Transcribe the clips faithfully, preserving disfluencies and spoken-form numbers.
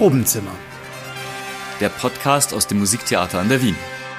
Probenzimmer. Der Podcast aus dem Musiktheater an der Wien.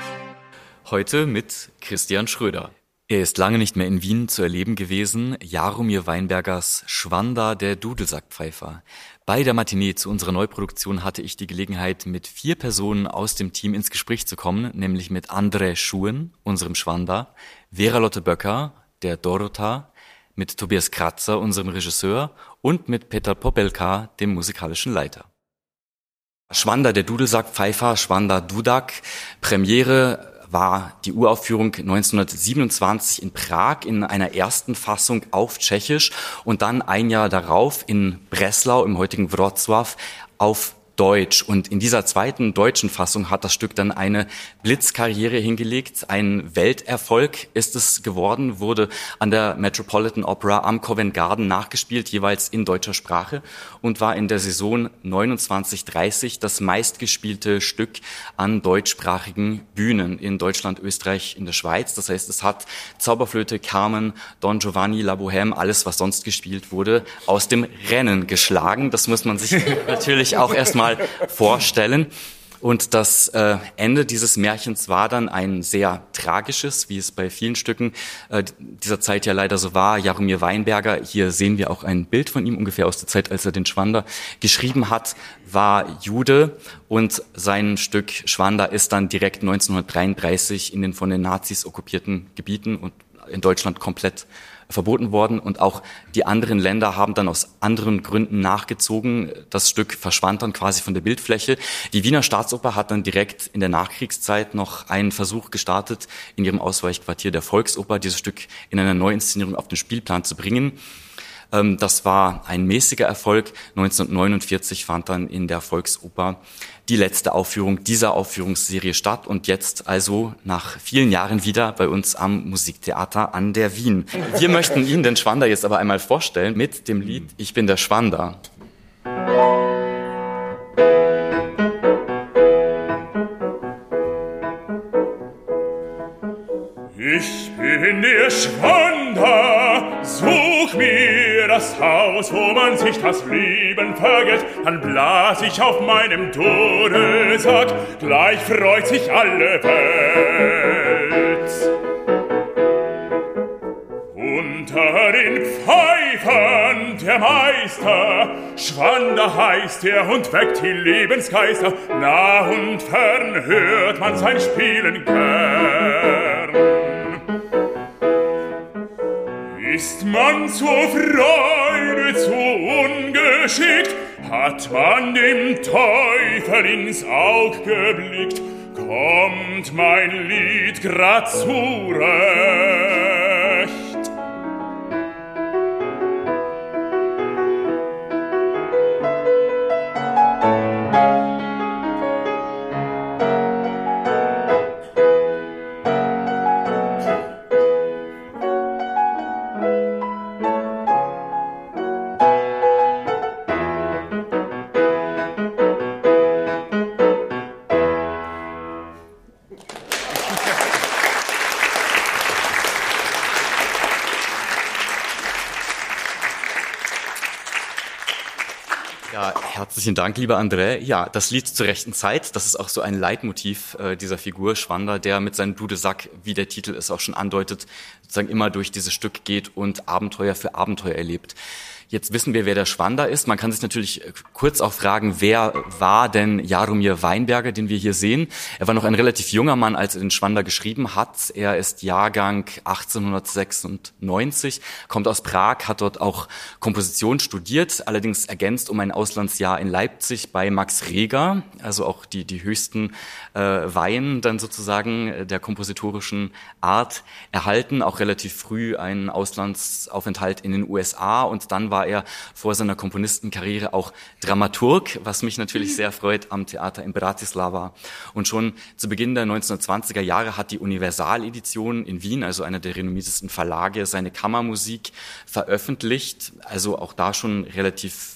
Heute mit Christian Schröder. Er ist lange nicht mehr in Wien zu erleben gewesen. Jaromir Weinbergers Schwanda, der Dudelsackpfeifer. Bei der Matinee zu unserer Neuproduktion hatte ich die Gelegenheit, mit vier Personen aus dem Team ins Gespräch zu kommen, nämlich mit André Schuhen, unserem Schwanda, Vera-Lotte Böcker, der Dorota, mit Tobias Kratzer, unserem Regisseur, und mit Peter Popelka, dem musikalischen Leiter. Schwanda, der Dudelsackpfeifer, Schwanda Dudak. Premiere war die Uraufführung neunzehnhundertsiebenundzwanzig in Prag in einer ersten Fassung auf Tschechisch und dann ein Jahr darauf in Breslau im heutigen Wrocław auf Deutsch. Und in dieser zweiten deutschen Fassung hat das Stück dann eine Blitzkarriere hingelegt. Ein Welterfolg ist es geworden, wurde an der Metropolitan Opera am Covent Garden nachgespielt, jeweils in deutscher Sprache, und war in der Saison neunundzwanzig dreißig das meistgespielte Stück an deutschsprachigen Bühnen in Deutschland, Österreich, in der Schweiz. Das heißt, es hat Zauberflöte, Carmen, Don Giovanni, La Bohème, alles, was sonst gespielt wurde, aus dem Rennen geschlagen. Das muss man sich natürlich auch erstmal vorstellen. Und das äh, Ende dieses Märchens war dann ein sehr tragisches, wie es bei vielen Stücken äh, dieser Zeit ja leider so war. Jaromir Weinberger, hier sehen wir auch ein Bild von ihm, ungefähr aus der Zeit, als er den Schwanda geschrieben hat, war Jude, und sein Stück Schwanda ist dann direkt neunzehnhundertdreiunddreißig in den von den Nazis okkupierten Gebieten und in Deutschland komplett verboten worden, und auch die anderen Länder haben dann aus anderen Gründen nachgezogen. Das Stück verschwand dann quasi von der Bildfläche. Die Wiener Staatsoper hat dann direkt in der Nachkriegszeit noch einen Versuch gestartet, in ihrem Ausweichquartier der Volksoper dieses Stück in einer Neuinszenierung auf den Spielplan zu bringen. Das war ein mäßiger Erfolg. neunzehnhundertneunundvierzig fand dann in der Volksoper die letzte Aufführung dieser Aufführungsserie statt, und jetzt also nach vielen Jahren wieder bei uns am Musiktheater an der Wien. Wir möchten Ihnen den Schwanda jetzt aber einmal vorstellen mit dem Lied Ich bin der Schwanda. Ich bin der Schwanda, such mir das Haus, wo man sich das Leben vergeht, dann blas ich auf meinem Dudelsack, gleich freut sich alle Welt. Unter den Pfeifern der Meister, Schwanda heißt er und weckt die Lebensgeister, nah und fern hört man sein Spielen gern. Ist man zur Freude zu ungeschickt, hat man dem Teufel ins Aug geblickt, kommt mein Lied grad zurecht. Ja, herzlichen Dank, lieber André. Ja, das Lied zur rechten Zeit, das ist auch so ein Leitmotiv äh, dieser Figur Schwanda, der mit seinem Dudelsack, wie der Titel es auch schon andeutet, sozusagen immer durch dieses Stück geht und Abenteuer für Abenteuer erlebt. Jetzt wissen wir, wer der Schwanda ist. Man kann sich natürlich kurz auch fragen, wer war denn Jaromir Weinberger, den wir hier sehen? Er war noch ein relativ junger Mann, als er den Schwanda geschrieben hat. Er ist Jahrgang achtzehnhundertsechsundneunzig, kommt aus Prag, hat dort auch Komposition studiert, allerdings ergänzt um ein Auslandsjahr in Leipzig bei Max Reger, also auch die, die höchsten äh, Weihen dann sozusagen der kompositorischen Art erhalten, auch relativ früh einen Auslandsaufenthalt in den U S A, und dann war er vor seiner Komponistenkarriere auch Dramaturg, was mich natürlich sehr freut, am Theater in Bratislava. Und schon zu Beginn der neunzehnhundertzwanziger Jahre hat die Universal-Edition in Wien, also einer der renommiertesten Verlage, seine Kammermusik veröffentlicht, also auch da schon relativ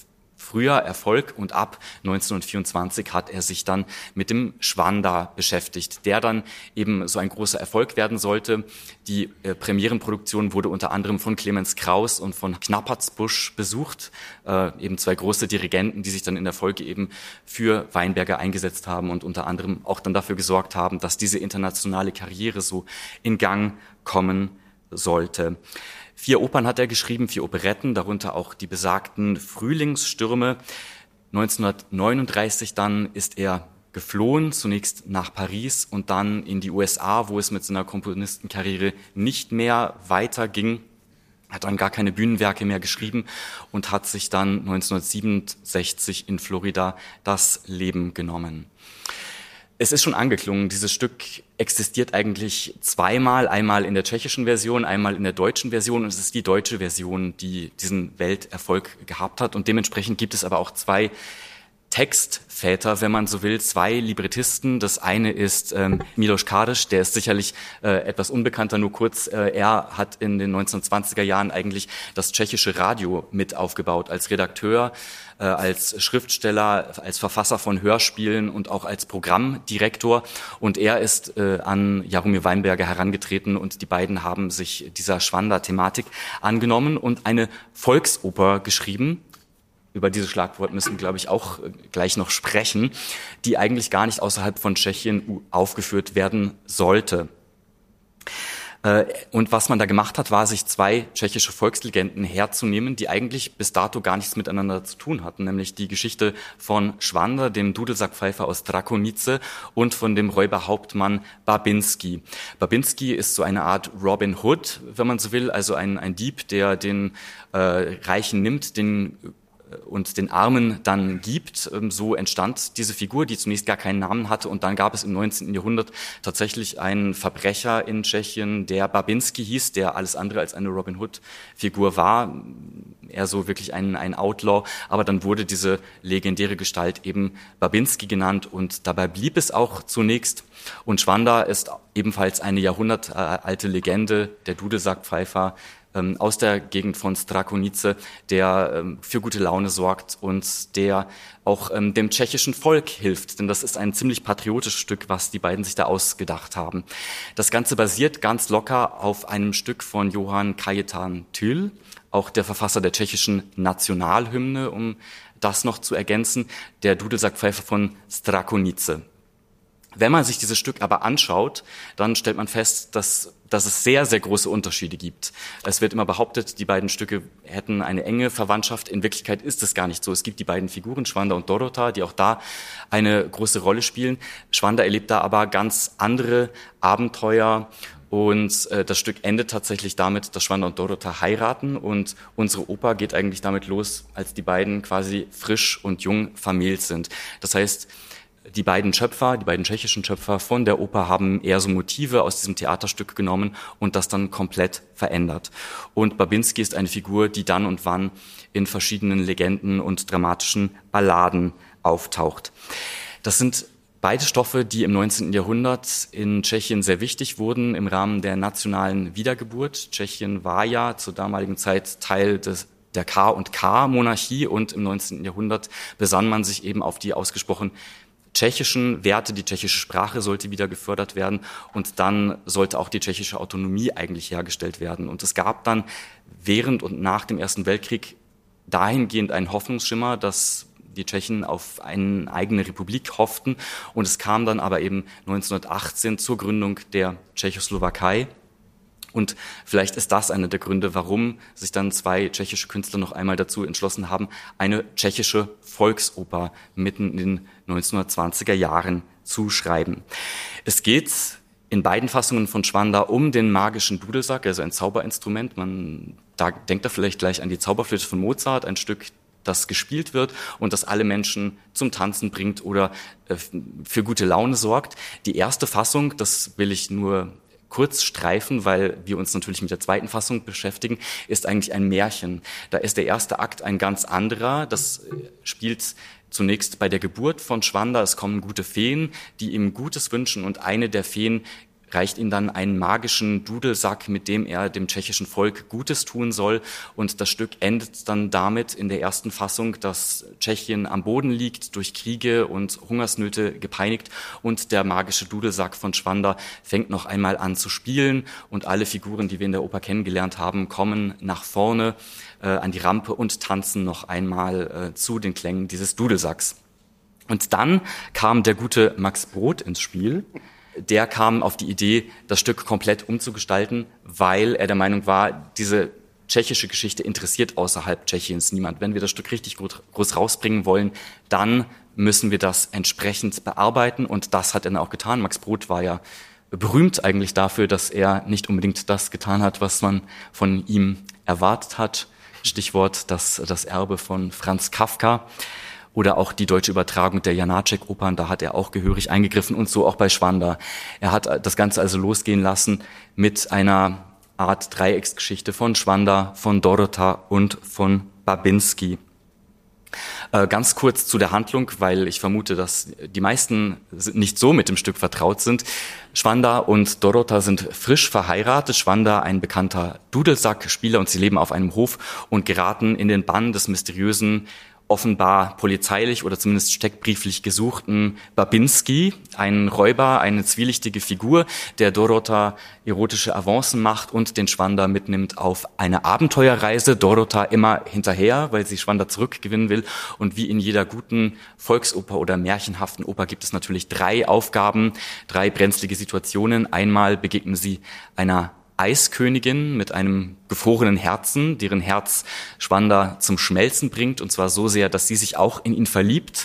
früher Erfolg und ab neunzehnhundertvierundzwanzig hat er sich dann mit dem Schwanda beschäftigt, der dann eben so ein großer Erfolg werden sollte. Die äh, Premierenproduktion wurde unter anderem von Clemens Krauss und von Knappertsbusch besucht, äh, eben zwei große Dirigenten, die sich dann in der Folge eben für Weinberger eingesetzt haben und unter anderem auch dann dafür gesorgt haben, dass diese internationale Karriere so in Gang kommen sollte. Vier Opern hat er geschrieben, vier Operetten, darunter auch die besagten Frühlingsstürme. neunzehnhundertneununddreißig dann ist er geflohen, zunächst nach Paris und dann in die U S A, wo es mit seiner Komponistenkarriere nicht mehr weiterging. Hat dann gar keine Bühnenwerke mehr geschrieben und hat sich dann neunzehnhundertsiebenundsechzig in Florida das Leben genommen. Es ist schon angeklungen, dieses Stück existiert eigentlich zweimal, einmal in der tschechischen Version, einmal in der deutschen Version, und es ist die deutsche Version, die diesen Welterfolg gehabt hat, und dementsprechend gibt es aber auch zwei Textväter, wenn man so will, zwei Librettisten. Das eine ist ähm, Miloš Kadiš, der ist sicherlich äh, etwas unbekannter, nur kurz. Äh, er hat in den neunzehnhundertzwanziger Jahren eigentlich das tschechische Radio mit aufgebaut, als Redakteur, äh, als Schriftsteller, als Verfasser von Hörspielen und auch als Programmdirektor. Und er ist äh, an Jaromír Weinberger herangetreten und die beiden haben sich dieser Schwanda-Thematik angenommen und eine Volksoper geschrieben. Über dieses Schlagwort müssen wir, glaube ich, auch gleich noch sprechen, die eigentlich gar nicht außerhalb von Tschechien aufgeführt werden sollte. Und was man da gemacht hat, war, sich zwei tschechische Volkslegenden herzunehmen, die eigentlich bis dato gar nichts miteinander zu tun hatten, nämlich die Geschichte von Schwanda, dem Dudelsackpfeifer aus Strakonice, und von dem Räuberhauptmann Babinski. Babinski ist so eine Art Robin Hood, wenn man so will, also ein, ein Dieb, der den äh, Reichen nimmt, den und den Armen dann gibt. So entstand diese Figur, die zunächst gar keinen Namen hatte, und dann gab es im neunzehnten Jahrhundert tatsächlich einen Verbrecher in Tschechien, der Babinski hieß, der alles andere als eine Robin Hood-Figur war, eher so wirklich ein, ein Outlaw, aber dann wurde diese legendäre Gestalt eben Babinski genannt und dabei blieb es auch zunächst. Und Schwanda ist ebenfalls eine jahrhundertalte Legende, der Dudelsackpfeifer aus der Gegend von Strakonice, der ähm, für gute Laune sorgt und der auch ähm, dem tschechischen Volk hilft. Denn das ist ein ziemlich patriotisches Stück, was die beiden sich da ausgedacht haben. Das Ganze basiert ganz locker auf einem Stück von Johann Kajetan Thül, auch der Verfasser der tschechischen Nationalhymne, um das noch zu ergänzen, der Dudelsackpfeifer von Strakonice. Wenn man sich dieses Stück aber anschaut, dann stellt man fest, dass, dass es sehr, sehr große Unterschiede gibt. Es wird immer behauptet, die beiden Stücke hätten eine enge Verwandtschaft. In Wirklichkeit ist es gar nicht so. Es gibt die beiden Figuren, Schwanda und Dorota, die auch da eine große Rolle spielen. Schwanda erlebt da aber ganz andere Abenteuer. Und äh, das Stück endet tatsächlich damit, dass Schwanda und Dorota heiraten. Und unsere Oper geht eigentlich damit los, als die beiden quasi frisch und jung vermählt sind. Das heißt, die beiden Schöpfer, die beiden tschechischen Schöpfer von der Oper haben eher so Motive aus diesem Theaterstück genommen und das dann komplett verändert. Und Babinski ist eine Figur, die dann und wann in verschiedenen Legenden und dramatischen Balladen auftaucht. Das sind beide Stoffe, die im neunzehnten Jahrhundert in Tschechien sehr wichtig wurden im Rahmen der nationalen Wiedergeburt. Tschechien war ja zur damaligen Zeit Teil des der K- und K-Monarchie und im neunzehnten Jahrhundert besann man sich eben auf die ausgesprochen tschechischen Werte, die tschechische Sprache sollte wieder gefördert werden und dann sollte auch die tschechische Autonomie eigentlich hergestellt werden. Und es gab dann während und nach dem Ersten Weltkrieg dahingehend einen Hoffnungsschimmer, dass die Tschechen auf eine eigene Republik hofften, und es kam dann aber eben neunzehnhundertachtzehn zur Gründung der Tschechoslowakei. Und vielleicht ist das einer der Gründe, warum sich dann zwei tschechische Künstler noch einmal dazu entschlossen haben, eine tschechische Volksoper mitten in den neunzehnhundertzwanziger Jahren zu schreiben. Es geht in beiden Fassungen von Schwanda um den magischen Dudelsack, also ein Zauberinstrument. Man da denkt da vielleicht gleich an die Zauberflöte von Mozart, ein Stück, das gespielt wird und das alle Menschen zum Tanzen bringt oder äh, für gute Laune sorgt. Die erste Fassung, das will ich nur kurz streifen, weil wir uns natürlich mit der zweiten Fassung beschäftigen, ist eigentlich ein Märchen. Da ist der erste Akt ein ganz anderer. Das spielt zunächst bei der Geburt von Schwanda. Es kommen gute Feen, die ihm Gutes wünschen, und eine der Feen reicht ihm dann einen magischen Dudelsack, mit dem er dem tschechischen Volk Gutes tun soll. Und das Stück endet dann damit in der ersten Fassung, dass Tschechien am Boden liegt, durch Kriege und Hungersnöte gepeinigt. Und der magische Dudelsack von Schwander fängt noch einmal an zu spielen. Und alle Figuren, die wir in der Oper kennengelernt haben, kommen nach vorne äh, an die Rampe und tanzen noch einmal äh, zu den Klängen dieses Dudelsacks. Und dann kam der gute Max Brod ins Spiel. Der kam auf die Idee, das Stück komplett umzugestalten, weil er der Meinung war, diese tschechische Geschichte interessiert außerhalb Tschechiens niemand. Wenn wir das Stück richtig groß rausbringen wollen, dann müssen wir das entsprechend bearbeiten. Und das hat er dann auch getan. Max Brod war ja berühmt eigentlich dafür, dass er nicht unbedingt das getan hat, was man von ihm erwartet hat. Stichwort das, das Erbe von Franz Kafka. Oder auch die deutsche Übertragung der Janáček-Opern, da hat er auch gehörig eingegriffen und so auch bei Schwander. Er hat das Ganze also losgehen lassen mit einer Art Dreiecksgeschichte von Schwander, von Dorota und von Babinski. Äh, ganz kurz zu der Handlung, weil ich vermute, dass die meisten nicht so mit dem Stück vertraut sind. Schwander und Dorota sind frisch verheiratet. Schwander ein bekannter Dudelsackspieler und sie leben auf einem Hof und geraten in den Bann des mysteriösen, offenbar polizeilich oder zumindest steckbrieflich gesuchten Babinski, ein Räuber, eine zwielichtige Figur, der Dorota erotische Avancen macht und den Schwander mitnimmt auf eine Abenteuerreise. Dorota immer hinterher, weil sie Schwander zurückgewinnen will. Und wie in jeder guten Volksoper oder märchenhaften Oper gibt es natürlich drei Aufgaben, drei brenzlige Situationen. Einmal begegnen sie einer Eiskönigin mit einem gefrorenen Herzen, deren Herz Schwander zum Schmelzen bringt, und zwar so sehr, dass sie sich auch in ihn verliebt.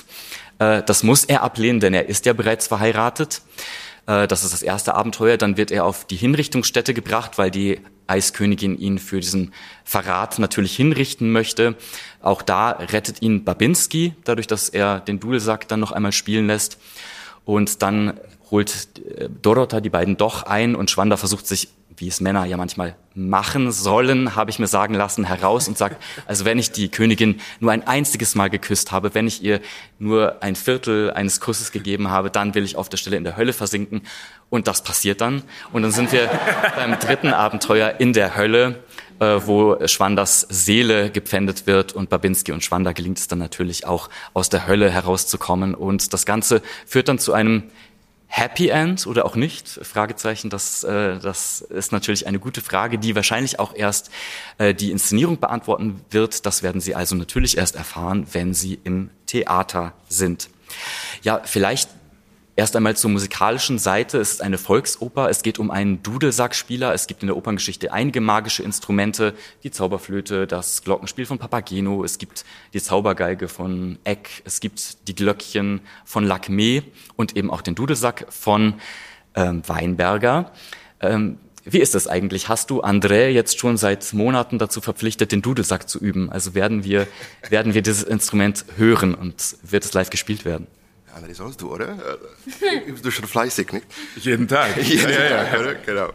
Das muss er ablehnen, denn er ist ja bereits verheiratet. Das ist das erste Abenteuer. Dann wird er auf die Hinrichtungsstätte gebracht, weil die Eiskönigin ihn für diesen Verrat natürlich hinrichten möchte. Auch da rettet ihn Babinski, dadurch, dass er den Dudelsack dann noch einmal spielen lässt. Und dann holt Dorota die beiden doch ein und Schwander versucht sich, wie es Männer ja manchmal machen sollen, habe ich mir sagen lassen, heraus und sagt, also wenn ich die Königin nur ein einziges Mal geküsst habe, wenn ich ihr nur ein Viertel eines Kusses gegeben habe, dann will ich auf der Stelle in der Hölle versinken. Und das passiert dann. Und dann sind wir beim dritten Abenteuer in der Hölle, äh, wo Schwanders Seele gepfändet wird und Babinski und Schwander gelingt es dann natürlich auch, aus der Hölle herauszukommen. Und das Ganze führt dann zu einem Happy End oder auch nicht? Fragezeichen, das, äh, das ist natürlich eine gute Frage, die wahrscheinlich auch erst äh, die Inszenierung beantworten wird. Das werden Sie also natürlich erst erfahren, wenn Sie im Theater sind. Ja, vielleicht erst einmal zur musikalischen Seite. Es ist eine Volksoper. Es geht um einen Dudelsackspieler. Es gibt in der Operngeschichte einige magische Instrumente. Die Zauberflöte, das Glockenspiel von Papageno. Es gibt die Zaubergeige von Eck. Es gibt die Glöckchen von Lakmé und eben auch den Dudelsack von ähm, Weinberger. Ähm, wie ist das eigentlich? Hast du André jetzt schon seit Monaten dazu verpflichtet, den Dudelsack zu üben? Also werden wir, werden wir dieses Instrument hören und wird es live gespielt werden? Ja, das sollst du, oder? Übst du schon fleißig, nicht? Jeden Tag. ja, ja, ja, oder? Genau.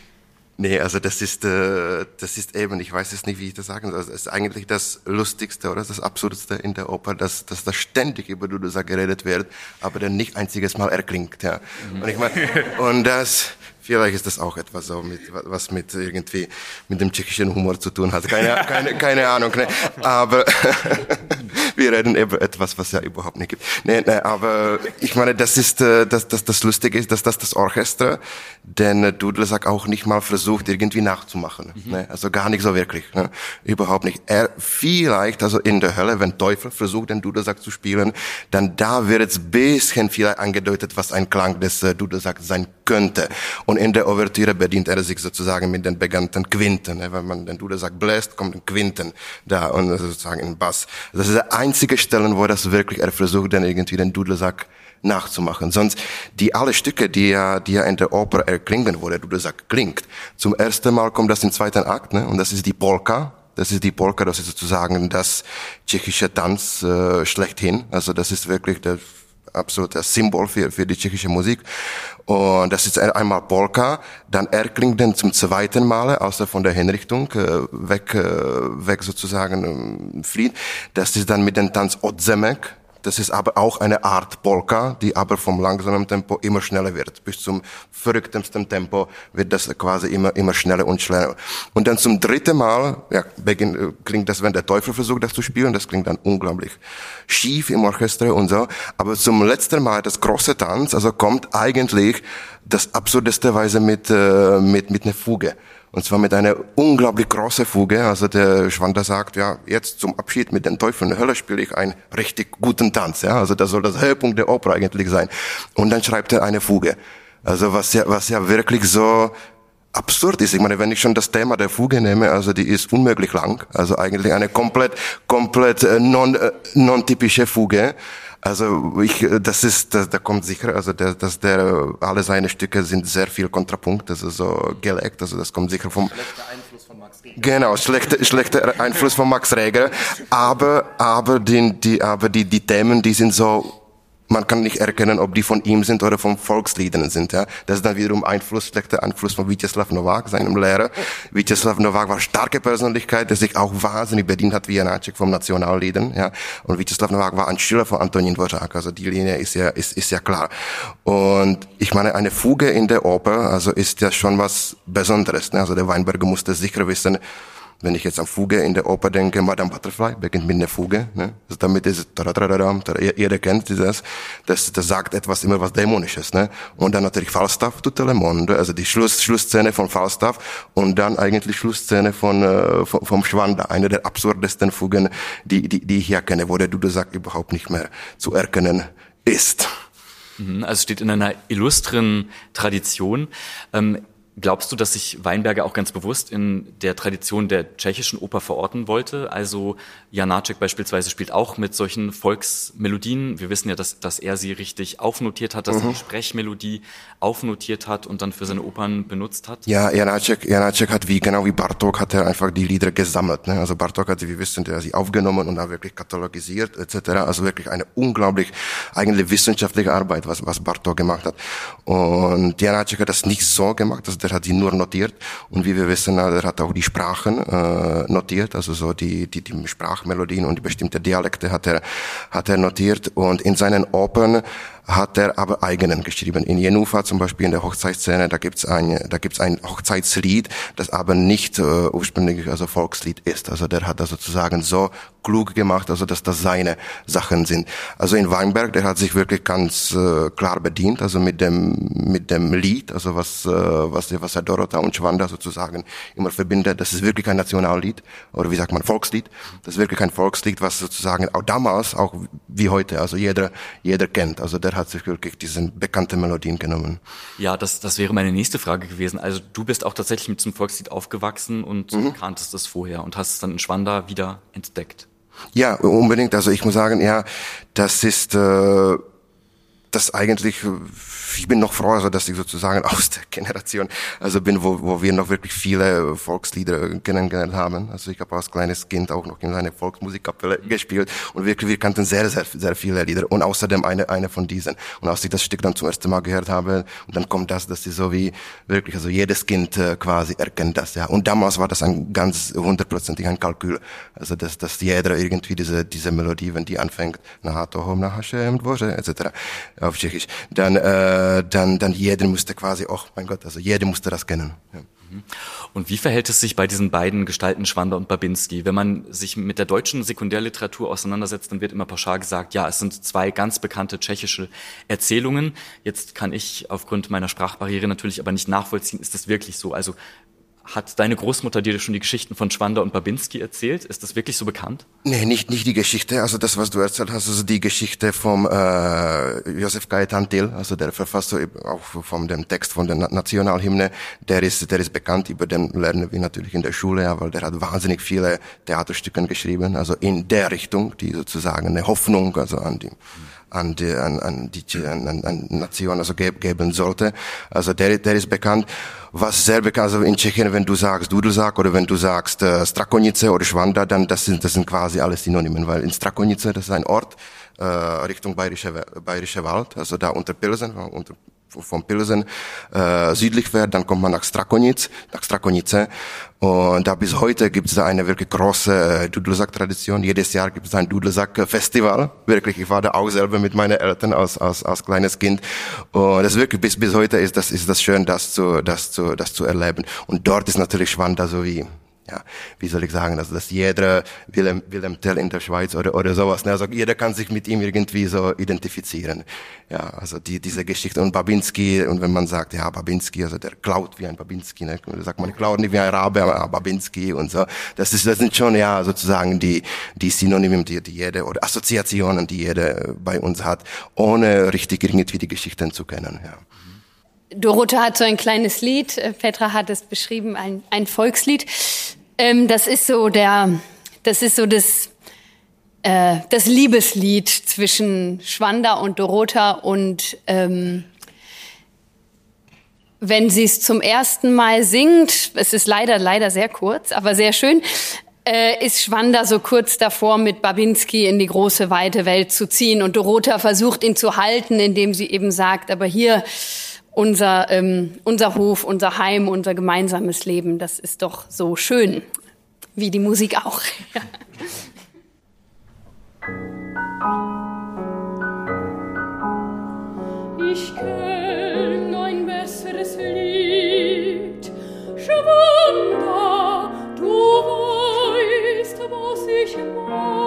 Nee, also das ist, äh, das ist eben, ich weiß jetzt nicht, wie ich das sagen soll, das ist eigentlich das Lustigste oder das Absurdeste in der Oper, dass, dass da ständig über Dudelsack geredet wird, aber dann nicht einziges Mal erklingt, ja. Mhm. Und ich meine, und das, vielleicht ist das auch etwas so mit, was mit irgendwie, mit dem tschechischen Humor zu tun hat. Keine, keine, keine Ahnung, ne? Aber, wir reden über etwas, was ja überhaupt nicht gibt. Nee, nee, aber ich meine, das ist, das, das, das Lustige ist, dass das das Orchester den Dudelsack auch nicht mal versucht, irgendwie nachzumachen. Mhm. Ne? Also gar nicht so wirklich, ne? Überhaupt nicht. Er, vielleicht, also in der Hölle, wenn Teufel versucht, den Dudelsack zu spielen, dann da wird es bisschen vielleicht angedeutet, was ein Klang des Dudelsacks sein könnte. Und in der Ouvertüre bedient er sich sozusagen mit den bekannten Quinten. Ne? Wenn man den Dudelsack bläst, kommt ein Quinten da und sozusagen ein Bass. Das ist der einzige Stellen, wo das wirklich, er versucht dann irgendwie den Dudelsack nachzumachen. Sonst, die alle Stücke, die ja, die ja in der Oper erklingen, wo der Dudelsack klingt. Zum ersten Mal kommt das im zweiten Akt, ne? Und das ist die Polka. Das ist die Polka, das ist sozusagen das tschechische Tanz äh, schlechthin. Also das ist wirklich der absolute Symbol für, für die tschechische Musik. Und das ist einmal Polka, dann erklingt dann zum zweiten Mal, außer von der Hinrichtung, äh, weg, äh, weg sozusagen äh, flieht. Das ist dann mit dem Tanz Odzemek. Das ist aber auch eine Art Polka, die aber vom langsamen Tempo immer schneller wird. Bis zum verrücktesten Tempo wird das quasi immer, immer schneller und schneller. Und dann zum dritten Mal, ja, beginn, klingt das, wenn der Teufel versucht, das zu spielen, das klingt dann unglaublich schief im Orchester und so. Aber zum letzten Mal, das große Tanz, also kommt eigentlich das absurdeste Weise mit, äh, mit, mit einer Fuge. Und zwar mit einer unglaublich großen Fuge. Also der Schwander sagt, ja, jetzt zum Abschied mit den Teufeln in der Hölle spiele ich einen richtig guten Tanz. Ja, also das soll das Höhepunkt der Oper eigentlich sein. Und dann schreibt er eine Fuge. Also was ja, was ja wirklich so absurd ist. Ich meine, wenn ich schon das Thema der Fuge nehme, also die ist unmöglich lang. Also eigentlich eine komplett, komplett äh, non, äh, non-typische Fuge. Also ich, das ist, das, da kommt sicher, also der, dass der, alle seine Stücke sind sehr viel Kontrapunkt, also so gelegt, also das kommt sicher vom schlechter Einfluss von Max Reger. Genau, schlechter schlechter Einfluss von Max Reger, aber aber die die aber die die Themen, die sind so, man kann nicht erkennen, ob die von ihm sind oder von Volksliedern sind. Ja, das ist dann wiederum Einfluss, schlechter Einfluss von Vítězslav Novák, seinem Lehrer. Vítězslav Novák war starke Persönlichkeit, der sich auch wahnsinnig bedient hat wie Janáček vom Nationalliedern. Ja, und Vítězslav Novák war ein Schüler von Antonín Dvořák. Also die Linie ist ja ist ist ja klar. Und ich meine, eine Fuge in der Oper, also ist ja schon was Besonderes. Ne? Also der Weinberger musste sicher wissen. Wenn ich jetzt an Fuge in der Oper denke, Madame Butterfly beginnt mit einer Fuge, ne? Also damit ist es, jeder kennt das, das, das sagt etwas immer was Dämonisches, ne? Und dann natürlich Falstaff, Tutto le Monde, also die Schluss, Schlussszene von Falstaff und dann eigentlich Schlussszene von, äh, vom, vom Schwander, eine der absurdesten Fugen, die, die, die ich hier kenne, wo der Dudelsack überhaupt nicht mehr zu erkennen ist. Also steht in einer illustren Tradition. Ähm, Glaubst du, dass sich Weinberger auch ganz bewusst in der Tradition der tschechischen Oper verorten wollte? Also Janáček beispielsweise spielt auch mit solchen Volksmelodien. Wir wissen ja, dass, dass er sie richtig aufnotiert hat, dass mhm. er die Sprechmelodie aufnotiert hat und dann für seine Opern benutzt hat. Ja, Janáček, Janáček hat wie, genau wie Bartók hat er einfach die Lieder gesammelt. Ne? Also Bartók hat sie, wie wissen, der sie aufgenommen und dann wirklich katalogisiert et cetera. Also wirklich eine unglaublich eigentlich wissenschaftliche Arbeit, was, was Bartók gemacht hat. Und Janáček hat das nicht so gemacht, dass der hat sie nur notiert und wie wir wissen, er hat auch die Sprachen äh, notiert, also so die die die Sprachmelodien und die bestimmte Dialekte hat er hat er notiert und in seinen Opern hat er aber eigenen geschrieben. In Jenufa zum Beispiel in der Hochzeitsszene, da gibt's ein, da gibt's ein Hochzeitslied, das aber nicht äh, ursprünglich also Volkslied ist. Also der hat das sozusagen so klug gemacht, also dass das seine Sachen sind. Also in Weinberg, der hat sich wirklich ganz äh, klar bedient, also mit dem mit dem Lied, also was äh, was was er Dorota und Schwander sozusagen immer verbindet. Das ist wirklich ein Nationallied oder wie sagt man Volkslied. Das ist wirklich ein Volkslied, was sozusagen auch damals auch wie heute, also jeder jeder kennt. Also der hat sich wirklich diese bekannte Melodien genommen. Ja, das, das wäre meine nächste Frage gewesen. Also du bist auch tatsächlich mit diesem Volkslied aufgewachsen und mhm. kanntest es vorher und hast es dann in Schwander wieder entdeckt. Ja, unbedingt. Also ich muss sagen, ja, das ist äh, das eigentlich, ich bin noch froh, also dass ich sozusagen aus der Generation also bin, wo, wo wir noch wirklich viele Volkslieder kennengelernt haben. Also ich habe als kleines Kind auch noch in einer Volksmusikkapelle gespielt und wirklich, wir kannten sehr, sehr, sehr viele Lieder und außerdem eine, eine von diesen. Und als ich das Stück dann zum ersten Mal gehört habe und dann kommt das, das ist so wie wirklich, also jedes Kind äh, quasi erkennt das, ja. Und damals war das ein ganz hundertprozentig ein Kalkül. Also dass, dass jeder irgendwie diese, diese Melodie, wenn die anfängt, na Tohom, na Hashem, Dvoře, et cetera auf Tschechisch, dann, äh, dann, dann jeder musste quasi, oh mein Gott, also jeder musste das kennen. Ja. Und wie verhält es sich bei diesen beiden Gestalten Schwander und Babinski? Wenn man sich mit der deutschen Sekundärliteratur auseinandersetzt, dann wird immer pauschal gesagt, ja, es sind zwei ganz bekannte tschechische Erzählungen. Jetzt kann ich aufgrund meiner Sprachbarriere natürlich aber nicht nachvollziehen, ist das wirklich so? Also hat deine Großmutter dir schon die Geschichten von Schwander und Babinski erzählt? Ist das wirklich so bekannt? Nee, nicht nicht die Geschichte, also das, was du erzählt hast, also die Geschichte vom äh, Josef Kajetan Till, also der Verfasser auch von dem Text von der Nationalhymne, der ist der ist bekannt, über den lernen wir natürlich in der Schule, ja, weil der hat wahnsinnig viele Theaterstücke geschrieben, also in der Richtung, die sozusagen eine Hoffnung also an die an die an, an die an, an Nation also ge- geben sollte. Also der der ist bekannt. Was sehr bekannt, also in Tschechien, wenn du sagst Dudelsack oder wenn du sagst äh, Strakonice oder Schwander, dann das sind das sind quasi alles Synonymen, weil in Strakonice, das ist ein Ort äh, Richtung Bayerische Bayerische Wald, also da unter Pilsen, unter von Pilsen äh, südlich fährt, dann kommt man nach Strakonic, nach Strakonice. Und da bis heute gibt es da eine wirklich große äh, Dudelsack-Tradition. Jedes Jahr gibt es ein Dudelsack-Festival. Wirklich, ich war da auch selber mit meinen Eltern als als als kleines Kind. Und das wirklich bis bis heute ist das ist das schön, das zu das zu das zu erleben. Und dort ist natürlich Schwanda so wie ja, wie soll ich sagen, also dass jeder Wilhelm, Wilhelm Tell in der Schweiz oder oder sowas, ne, also jeder kann sich mit ihm irgendwie so identifizieren. Ja, also die diese Geschichte und Babinski, und wenn man sagt, ja, Babinski, also der klaut wie ein Babinski, ne, da sagt man, klaut nicht wie ein Rabe, aber Babinski und so. Das ist das sind schon ja sozusagen die die Synonyme, die, die jede oder Assoziationen, die jeder bei uns hat, ohne richtig irgendwie die Geschichten zu kennen, ja. Dorota hat so ein kleines Lied, Petra hat es beschrieben, ein, ein Volkslied. Ähm, das ist so der, das ist so das, äh, das Liebeslied zwischen Schwanda und Dorota. Und ähm, wenn sie es zum ersten Mal singt, es ist leider, leider sehr kurz, aber sehr schön, äh, ist Schwanda so kurz davor, mit Babinski in die große, weite Welt zu ziehen. Und Dorota versucht, ihn zu halten, indem sie eben sagt, aber hier, Unser, ähm, unser Hof, unser Heim, unser gemeinsames Leben, das ist doch so schön, wie die Musik auch. Ich kenn ein besseres Lied, Schwanda, du weißt, was ich mein.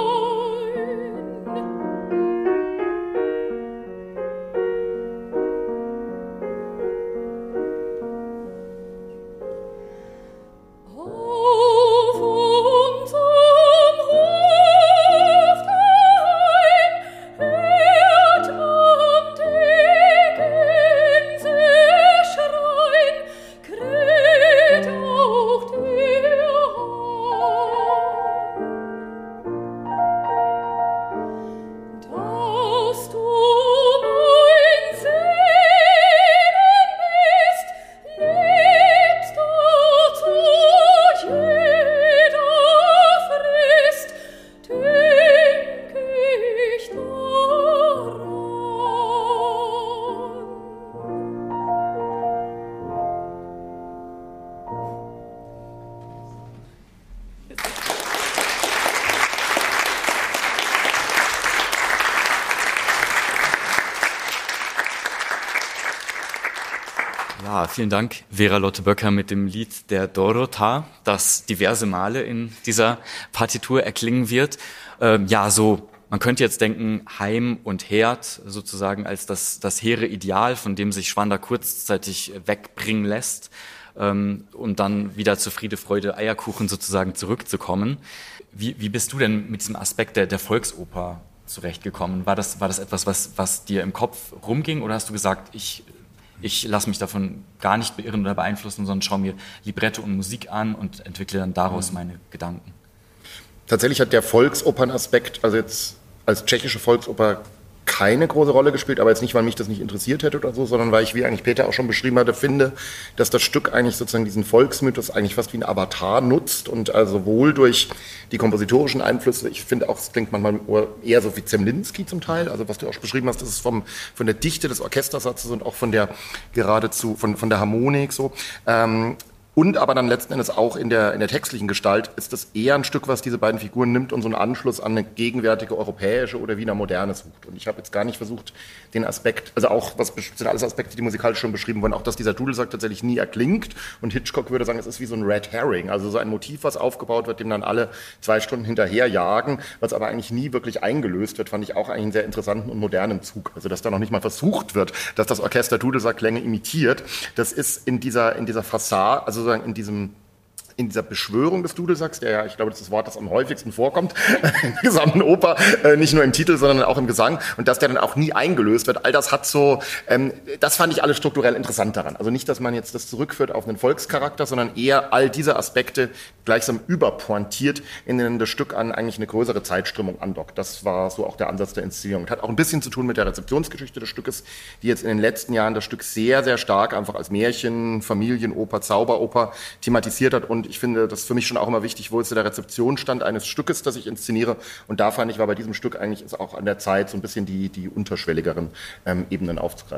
Ja, vielen Dank, Vera Lotte Böcker mit dem Lied der Dorota, das diverse Male in dieser Partitur erklingen wird. Ähm, ja, so, man könnte jetzt denken, Heim und Herd sozusagen als das, das hehre Ideal, von dem sich Schwanda kurzzeitig wegbringen lässt, ähm, und dann wieder zu Friede, Freude, Eierkuchen sozusagen zurückzukommen. Wie, wie bist du denn mit diesem Aspekt der, der Volksoper zurechtgekommen? War das, war das etwas, was, was dir im Kopf rumging, oder hast du gesagt, ich Ich lasse mich davon gar nicht beirren oder beeinflussen, sondern schaue mir Libretto und Musik an und entwickle dann daraus meine Gedanken? Tatsächlich hat der Volksopernaspekt, also jetzt als tschechische Volksoper, keine große Rolle gespielt, aber jetzt nicht, weil mich das nicht interessiert hätte oder so, sondern weil ich, wie eigentlich Peter auch schon beschrieben hatte, finde, dass das Stück eigentlich sozusagen diesen Volksmythos eigentlich fast wie ein Avatar nutzt und also sowohl durch die kompositorischen Einflüsse, ich finde auch, es klingt manchmal eher so wie Zemlinsky zum Teil, also was du auch beschrieben hast, das ist vom, von der Dichte des Orchestersatzes und auch von der geradezu, von, von der Harmonik so, ähm, und aber dann letzten Endes auch in der, in der textlichen Gestalt ist das eher ein Stück, was diese beiden Figuren nimmt und so einen Anschluss an eine gegenwärtige europäische oder Wiener Moderne sucht. Und ich habe jetzt gar nicht versucht, den Aspekt, also auch, was sind alles Aspekte, die musikalisch schon beschrieben wurden, auch dass dieser Dudelsack tatsächlich nie erklingt. Und Hitchcock würde sagen, es ist wie so ein Red Herring, also so ein Motiv, was aufgebaut wird, dem dann alle zwei Stunden hinterher jagen, was aber eigentlich nie wirklich eingelöst wird, fand ich auch eigentlich einen sehr interessanten und modernen Zug. Also dass da noch nicht mal versucht wird, dass das Orchester Dudelsackklänge imitiert. Das ist in dieser, in dieser Fassade, also in diesem in dieser Beschwörung des Dudelsacks, der ja, ich glaube, das ist das Wort, das am häufigsten vorkommt in der gesamten Oper, äh, nicht nur im Titel, sondern auch im Gesang, und dass der dann auch nie eingelöst wird. All das hat so, ähm, das fand ich alles strukturell interessant daran. Also nicht, dass man jetzt das zurückführt auf einen Volkscharakter, sondern eher all diese Aspekte gleichsam überpointiert, in denen das Stück an eigentlich eine größere Zeitströmung andockt. Das war so auch der Ansatz der Inszenierung. Hat auch ein bisschen zu tun mit der Rezeptionsgeschichte des Stückes, die jetzt in den letzten Jahren das Stück sehr, sehr stark einfach als Märchen, Familienoper, Zauberoper thematisiert hat. Und ich finde, das ist für mich schon auch immer wichtig, wo ist der Rezeptionsstand eines Stückes, das ich inszeniere. Und da fand ich, war bei diesem Stück eigentlich ist auch an der Zeit, so ein bisschen die, die unterschwelligeren ähm, Ebenen aufzugreifen.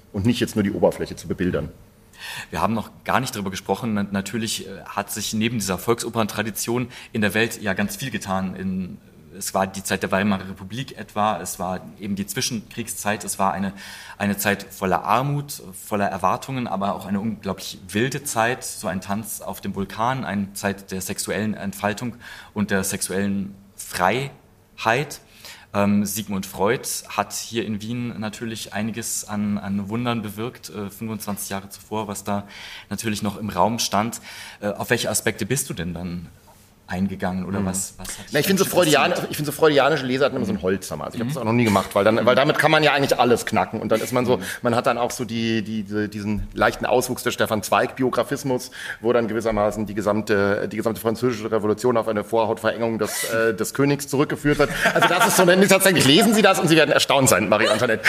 und nicht jetzt nur die Oberfläche zu bebildern. Wir haben noch gar nicht darüber gesprochen. Natürlich hat sich neben dieser Volksoperntradition in der Welt ja ganz viel getan. In, es war die Zeit der Weimarer Republik etwa, es war eben die Zwischenkriegszeit, es war eine, eine Zeit voller Armut, voller Erwartungen, aber auch eine unglaublich wilde Zeit, so ein Tanz auf dem Vulkan, eine Zeit der sexuellen Entfaltung und der sexuellen Freiheit. Ähm, Sigmund Freud hat hier in Wien natürlich einiges an, an Wundern bewirkt, äh, fünfundzwanzig Jahre zuvor, was da natürlich noch im Raum stand. Äh, auf welche Aspekte bist du denn dann eingegangen oder was? was hat Na, ich finde so, Freudian, ich find so freudianische Lesarten immer so ein Holzhammer. Also ich habe das auch noch nie gemacht, weil, dann, weil damit kann man ja eigentlich alles knacken. Und dann ist man so, man hat dann auch so die, die, die, diesen leichten Auswuchs des Stefan Zweig-Biografismus, wo dann gewissermaßen die gesamte, die gesamte französische Revolution auf eine Vorhautverengung des, äh, des Königs zurückgeführt wird. Also das ist so, tatsächlich lesen Sie das und Sie werden erstaunt sein, Marie-Antoinette.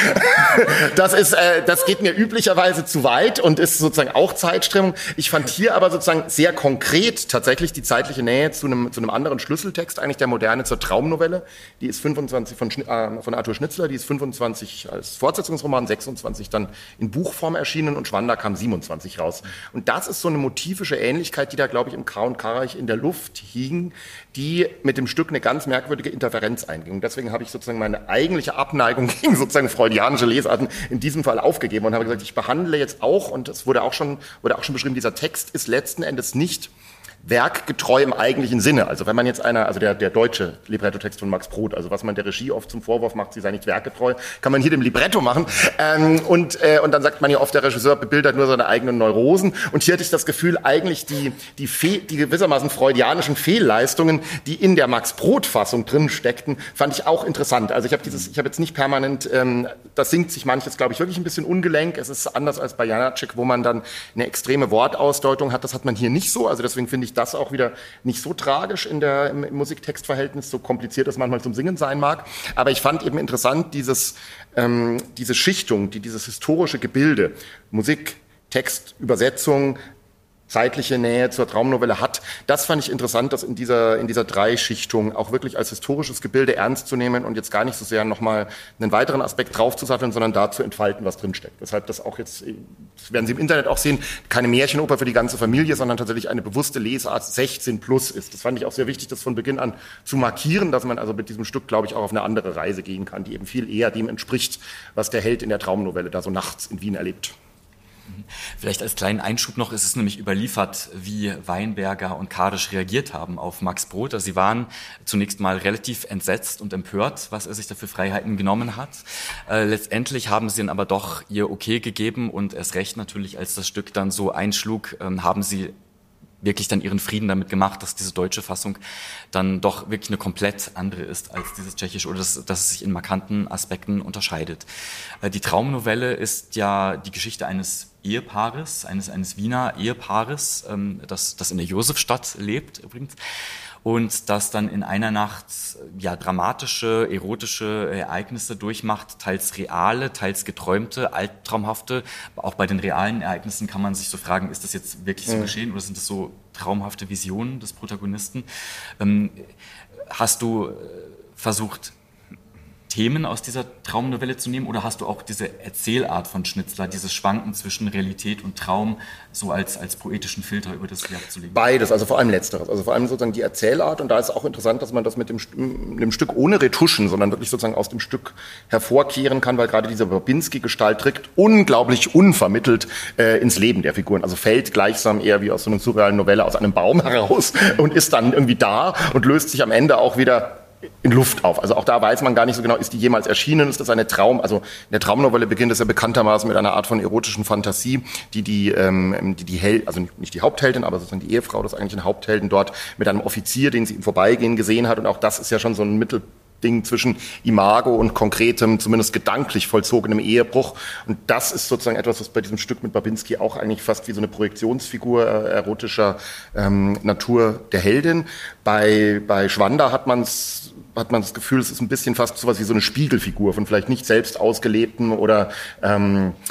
Das ist, äh, das geht mir üblicherweise zu weit und ist sozusagen auch Zeitströmung. Ich fand hier aber sozusagen sehr konkret tatsächlich die zeitliche Nähe zu einem, zu einem anderen Schlüsseltext eigentlich der Moderne zur Traumnovelle. Die ist fünfundzwanzig von, äh, von Arthur Schnitzler, die ist fünfundzwanzig als Fortsetzungsroman, sechsundzwanzig dann in Buchform erschienen und Schwander kam siebenundzwanzig raus. Und das ist so eine motivische Ähnlichkeit, die da, glaube ich, im K und K-Reich in der Luft hing, die mit dem Stück eine ganz merkwürdige Interferenz einging. Und deswegen habe ich sozusagen meine eigentliche Abneigung gegen sozusagen freudianische Lesarten in diesem Fall aufgegeben und habe gesagt, ich behandle jetzt auch, und es wurde auch schon, wurde auch schon beschrieben, dieser Text ist letzten Endes nicht werkgetreu im eigentlichen Sinne. Also wenn man jetzt einer, also der, der deutsche Librettotext von Max Brod, also was man der Regie oft zum Vorwurf macht, sie sei nicht werkgetreu, kann man hier dem Libretto machen. Ähm, und, äh, und dann sagt man ja oft, der Regisseur bebildert nur seine eigenen Neurosen. Und hier hatte ich das Gefühl, eigentlich die, die, Fe- die gewissermaßen freudianischen Fehlleistungen, die in der Max Brod-Fassung drin steckten, fand ich auch interessant. Also ich habe dieses, ich habe jetzt nicht permanent, ähm, das singt sich manches, glaube ich, wirklich ein bisschen ungelenk. Es ist anders als bei Janáček, wo man dann eine extreme Wortausdeutung hat. Das hat man hier nicht so. Also deswegen finde ich das auch wieder nicht so tragisch in der, im, im Musiktextverhältnis, so kompliziert es manchmal zum Singen sein mag. Aber ich fand eben interessant, dieses, ähm, diese Schichtung, die dieses historische Gebilde, Musik, Text, Übersetzung, zeitliche Nähe zur Traumnovelle hat. Das fand ich interessant, das in dieser, in dieser Dreischichtung auch wirklich als historisches Gebilde ernst zu nehmen und jetzt gar nicht so sehr nochmal einen weiteren Aspekt draufzusatteln, sondern da zu entfalten, was drinsteckt. Weshalb das auch jetzt, das werden Sie im Internet auch sehen, keine Märchenoper für die ganze Familie, sondern tatsächlich eine bewusste Lesart sechzehn plus ist. Das fand ich auch sehr wichtig, das von Beginn an zu markieren, dass man also mit diesem Stück, glaube ich, auch auf eine andere Reise gehen kann, die eben viel eher dem entspricht, was der Held in der Traumnovelle da so nachts in Wien erlebt. Vielleicht als kleinen Einschub noch, ist es nämlich überliefert, wie Weinberger und Kadisch reagiert haben auf Max Brod. Also sie waren zunächst mal relativ entsetzt und empört, was er sich da für Freiheiten genommen hat. Äh, letztendlich haben sie ihn aber doch ihr Okay gegeben und erst recht natürlich, als das Stück dann so einschlug, ähm, haben sie wirklich dann ihren Frieden damit gemacht, dass diese deutsche Fassung dann doch wirklich eine komplett andere ist als dieses tschechische oder dass, dass es sich in markanten Aspekten unterscheidet. Äh, die Traumnovelle ist ja die Geschichte eines Ehepaares, eines, eines Wiener Ehepaares, ähm, das, das in der Josefstadt lebt übrigens. Und das dann in einer Nacht ja dramatische, erotische Ereignisse durchmacht, teils reale, teils geträumte, albtraumhafte. Auch bei den realen Ereignissen kann man sich so fragen, ist das jetzt wirklich so mhm. geschehen oder sind das so traumhafte Visionen des Protagonisten? Ähm, hast du versucht, Themen aus dieser Traumnovelle zu nehmen oder hast du auch diese Erzählart von Schnitzler, dieses Schwanken zwischen Realität und Traum so als, als poetischen Filter über das Werk zu legen? Beides, also vor allem Letzteres, also vor allem sozusagen die Erzählart und da ist auch interessant, dass man das mit dem, mit dem Stück ohne Retuschen, sondern wirklich sozusagen aus dem Stück hervorkehren kann, weil gerade diese Babinski-Gestalt trägt unglaublich unvermittelt äh, ins Leben der Figuren, also fällt gleichsam eher wie aus so einer surrealen Novelle aus einem Baum heraus und ist dann irgendwie da und löst sich am Ende auch wieder in Luft auf. Also auch da weiß man gar nicht so genau, ist die jemals erschienen, ist das eine Traum, also in der Traumnovelle beginnt es ja bekanntermaßen mit einer Art von erotischen Fantasie, die die, ähm, die, die Hel- also nicht die Hauptheldin, aber sozusagen die Ehefrau des eigentlichen Haupthelden dort mit einem Offizier, den sie im Vorbeigehen gesehen hat und auch das ist ja schon so ein Mittel Ding zwischen Imago und konkretem, zumindest gedanklich vollzogenem Ehebruch. Und das ist sozusagen etwas, was bei diesem Stück mit Babinski auch eigentlich fast wie so eine Projektionsfigur äh, erotischer ähm, Natur der Heldin. Bei, bei Schwander hat man's hat man das Gefühl, es ist ein bisschen fast sowas wie so eine Spiegelfigur von vielleicht nicht selbst ausgelebten oder ähm,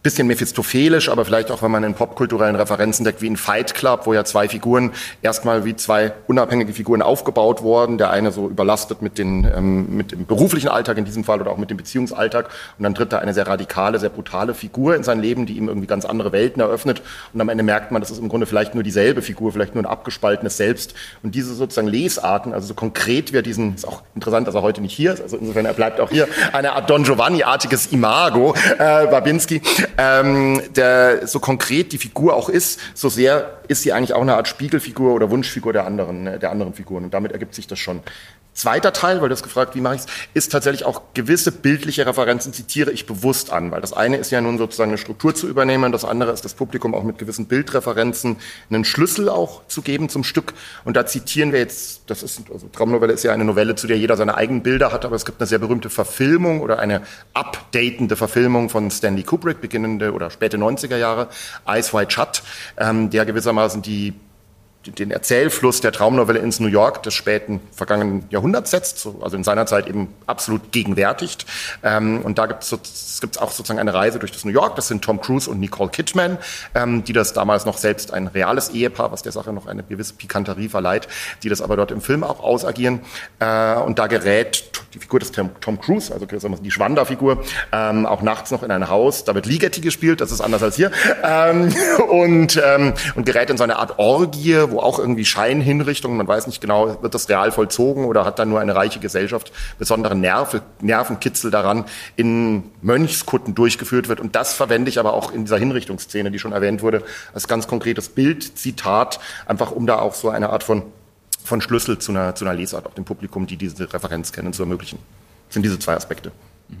bisschen mephistophelisch, aber vielleicht auch, wenn man in popkulturellen Referenzen deckt, wie in Fight Club, wo ja zwei Figuren erstmal wie zwei unabhängige Figuren aufgebaut wurden. Der eine so überlastet mit, den, ähm, mit dem beruflichen Alltag in diesem Fall oder auch mit dem Beziehungsalltag. Und dann tritt da eine sehr radikale, sehr brutale Figur in sein Leben, die ihm irgendwie ganz andere Welten eröffnet. Und am Ende merkt man, das ist im Grunde vielleicht nur dieselbe Figur, vielleicht nur ein abgespaltenes Selbst. Und diese sozusagen Lesarten, also so konkret wie er diesen, ist auch interessant, dass er heute nicht hier ist, also insofern, er bleibt auch hier, eine Art Don Giovanni-artiges Imago, äh, Babinski, ähm, der so konkret die Figur auch ist, so sehr ist sie eigentlich auch eine Art Spiegelfigur oder Wunschfigur der anderen, der anderen Figuren. Und damit ergibt sich das schon. Zweiter Teil, weil du hast gefragt, wie mache ich es, ist tatsächlich auch gewisse bildliche Referenzen zitiere ich bewusst an, weil das eine ist ja nun sozusagen eine Struktur zu übernehmen, das andere ist das Publikum auch mit gewissen Bildreferenzen einen Schlüssel auch zu geben zum Stück. Und da zitieren wir jetzt, das ist, also Traumnovelle ist ja eine Novelle, zu der jeder seine eigenen Bilder hat, aber es gibt eine sehr berühmte Verfilmung oder eine updatende Verfilmung von Stanley Kubrick, beginnende oder späte neunziger Jahre, Eyes Wide Shut, ähm, der gewissermaßen die den Erzählfluss der Traumnovelle ins New York des späten vergangenen Jahrhunderts setzt, so, also in seiner Zeit eben absolut gegenwärtigt. Ähm, und da gibt es so, auch sozusagen eine Reise durch das New York. Das sind Tom Cruise und Nicole Kidman, ähm, die das damals noch selbst ein reales Ehepaar, was der Sache noch eine gewisse Pikanterie verleiht, die das aber dort im Film auch ausagieren. Äh, und da gerät die Figur des Tom, Tom Cruise, also die Schwanda-Figur, ähm, auch nachts noch in ein Haus. Da wird Ligeti gespielt, das ist anders als hier. Ähm, und, ähm, und gerät in so eine Art Orgie, wo auch irgendwie Scheinhinrichtungen, man weiß nicht genau, wird das real vollzogen oder hat dann nur eine reiche Gesellschaft besonderen Nerve, Nervenkitzel daran, in Mönchskutten durchgeführt wird. Und das verwende ich aber auch in dieser Hinrichtungsszene, die schon erwähnt wurde, als ganz konkretes Bild, Zitat, einfach um da auch so eine Art von, von Schlüssel zu einer, zu einer Lesart auf dem Publikum, die diese Referenz kennen, zu ermöglichen. Das sind diese zwei Aspekte.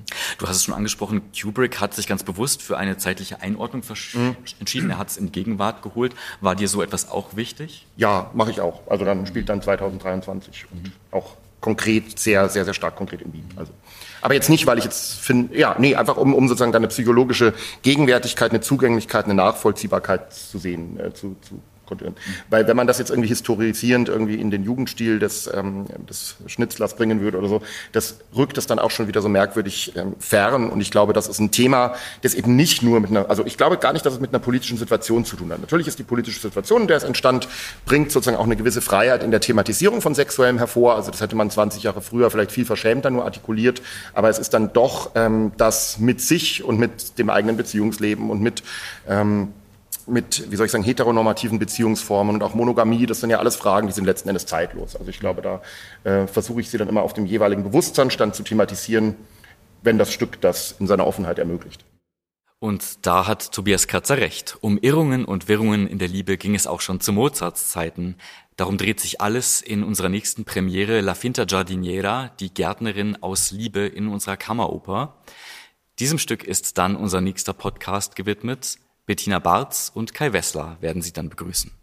Du hast es schon angesprochen, Kubrick hat sich ganz bewusst für eine zeitliche Einordnung mhm. entschieden. Er hat es in Gegenwart geholt. War dir so etwas auch wichtig? Ja, mache ich auch. Also dann spielt dann zwanzig dreiundzwanzig und mhm. auch konkret, sehr, sehr, sehr stark konkret in Wien. Also. Aber jetzt nicht, weil ich jetzt finde, ja, nee, einfach um, um sozusagen eine psychologische Gegenwärtigkeit, eine Zugänglichkeit, eine Nachvollziehbarkeit zu sehen, äh, zu, zu Weil wenn man das jetzt irgendwie historisierend irgendwie in den Jugendstil des, ähm, des Schnitzlers bringen würde oder so, das rückt es dann auch schon wieder so merkwürdig ähm, fern. Und ich glaube, das ist ein Thema, das eben nicht nur mit einer, also ich glaube gar nicht, dass es mit einer politischen Situation zu tun hat. Natürlich ist die politische Situation, in der es entstand, bringt sozusagen auch eine gewisse Freiheit in der Thematisierung von Sexuellem hervor. Also das hätte man zwanzig Jahre früher vielleicht viel verschämter nur artikuliert. Aber es ist dann doch ähm, das mit sich und mit dem eigenen Beziehungsleben und mit ähm, mit, wie soll ich sagen, heteronormativen Beziehungsformen und auch Monogamie, das sind ja alles Fragen, die sind letzten Endes zeitlos. Also ich glaube, da äh, versuche ich sie dann immer auf dem jeweiligen Bewusstseinsstand zu thematisieren, wenn das Stück das in seiner Offenheit ermöglicht. Und da hat Tobias Katzer recht. Um Irrungen und Wirrungen in der Liebe ging es auch schon zu Mozarts Zeiten. Darum dreht sich alles in unserer nächsten Premiere La Finta Giardiniera, die Gärtnerin aus Liebe in unserer Kammeroper. Diesem Stück ist dann unser nächster Podcast gewidmet. Bettina Bartz und Kai Wessler werden Sie dann begrüßen.